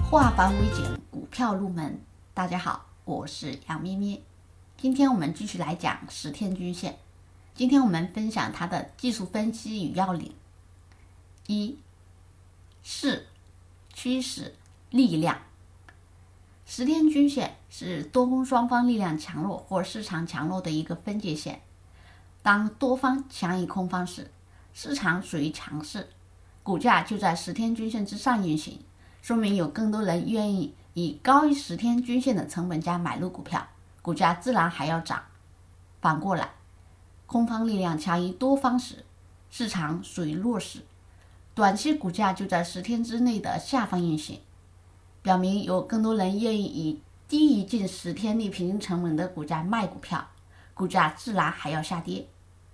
化繁为简，股票入门。大家好，我是杨咩咩。今天我们继续来讲10天均线。今天我们分享它的技术分析与要领。一、势、趋势、力量。10天均线是多空双方力量强弱或市场强弱的一个分界线。当多方强于空方时，市场属于强势，股价就在10天均线之上运行，说明有更多人愿意以高于10天均线的成本价买入股票，股价自然还要涨。反过来，空方力量强于多方时，市场属于弱势，短期股价就在10天之内的下方运行，表明有更多人愿意以低于近10天逆平均成本的股价卖股票，股价自然还要下跌。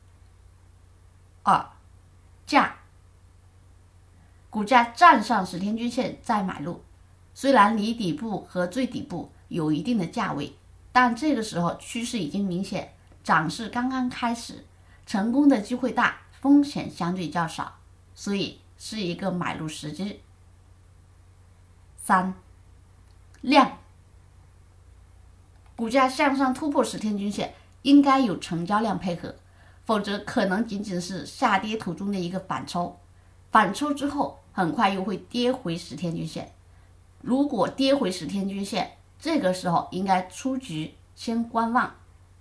二、价。股价站上10天均线再买入，虽然离底部和最底部有一定的价位，但这个时候趋势已经明显，涨势刚刚开始，成功的机会大，风险相对较少，所以是一个买入时机。三、量。股价向上突破10天均线，应该有成交量配合，否则可能仅仅是下跌途中的一个反抽，反抽之后很快又会跌回10天均线。如果跌回10天均线，这个时候应该出局，先观望。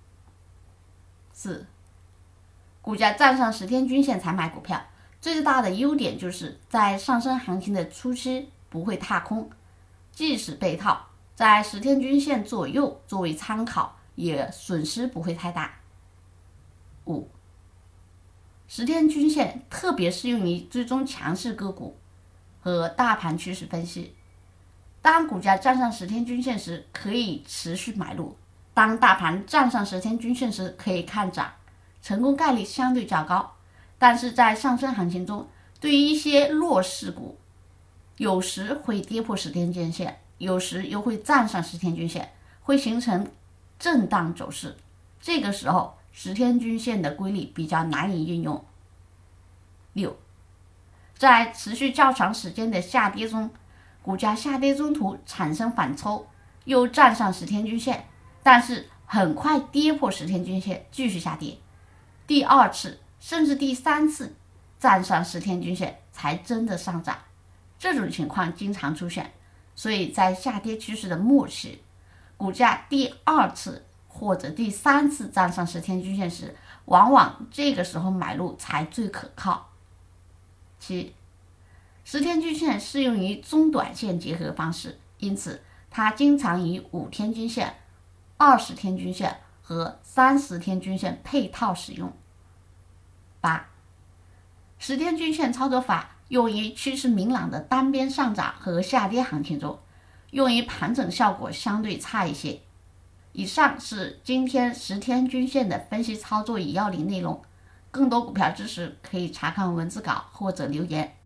四、股价站上10天均线才买股票，最大的优点就是在上升行情的初期不会踏空，即使被套，在10天均线左右作为参考，也损失不会太大。五、10天均线特别适用于追踪强势个股和大盘趋势分析。当股价站上10天均线时，可以持续买入；当大盘站上10天均线时，可以看涨，成功概率相对较高。但是在上升行情中，对于一些弱势股，有时会跌破10天均线，有时又会站上10天均线，会形成震荡走势。这个时候10天均线的规律比较难以运用。六、在持续较长时间的下跌中，股价下跌中途产生反抽，又站上10天均线，但是很快跌破10天均线继续下跌，第二次甚至第三次站上10天均线才真的上涨。这种情况经常出现，所以在下跌趋势的末期，股价第二次或者第三次站上10天均线时，往往这个时候买入才最可靠。七、10天均线适用于中短线结合方式，因此它经常与5天均线、20天均线和30天均线配套使用。八、10天均线操作法用于趋势明朗的单边上涨和下跌行情中，用于盘整效果相对差一些。以上是今天10天均线的分析操作与要领内容，更多股票知识可以查看文字稿或者留言。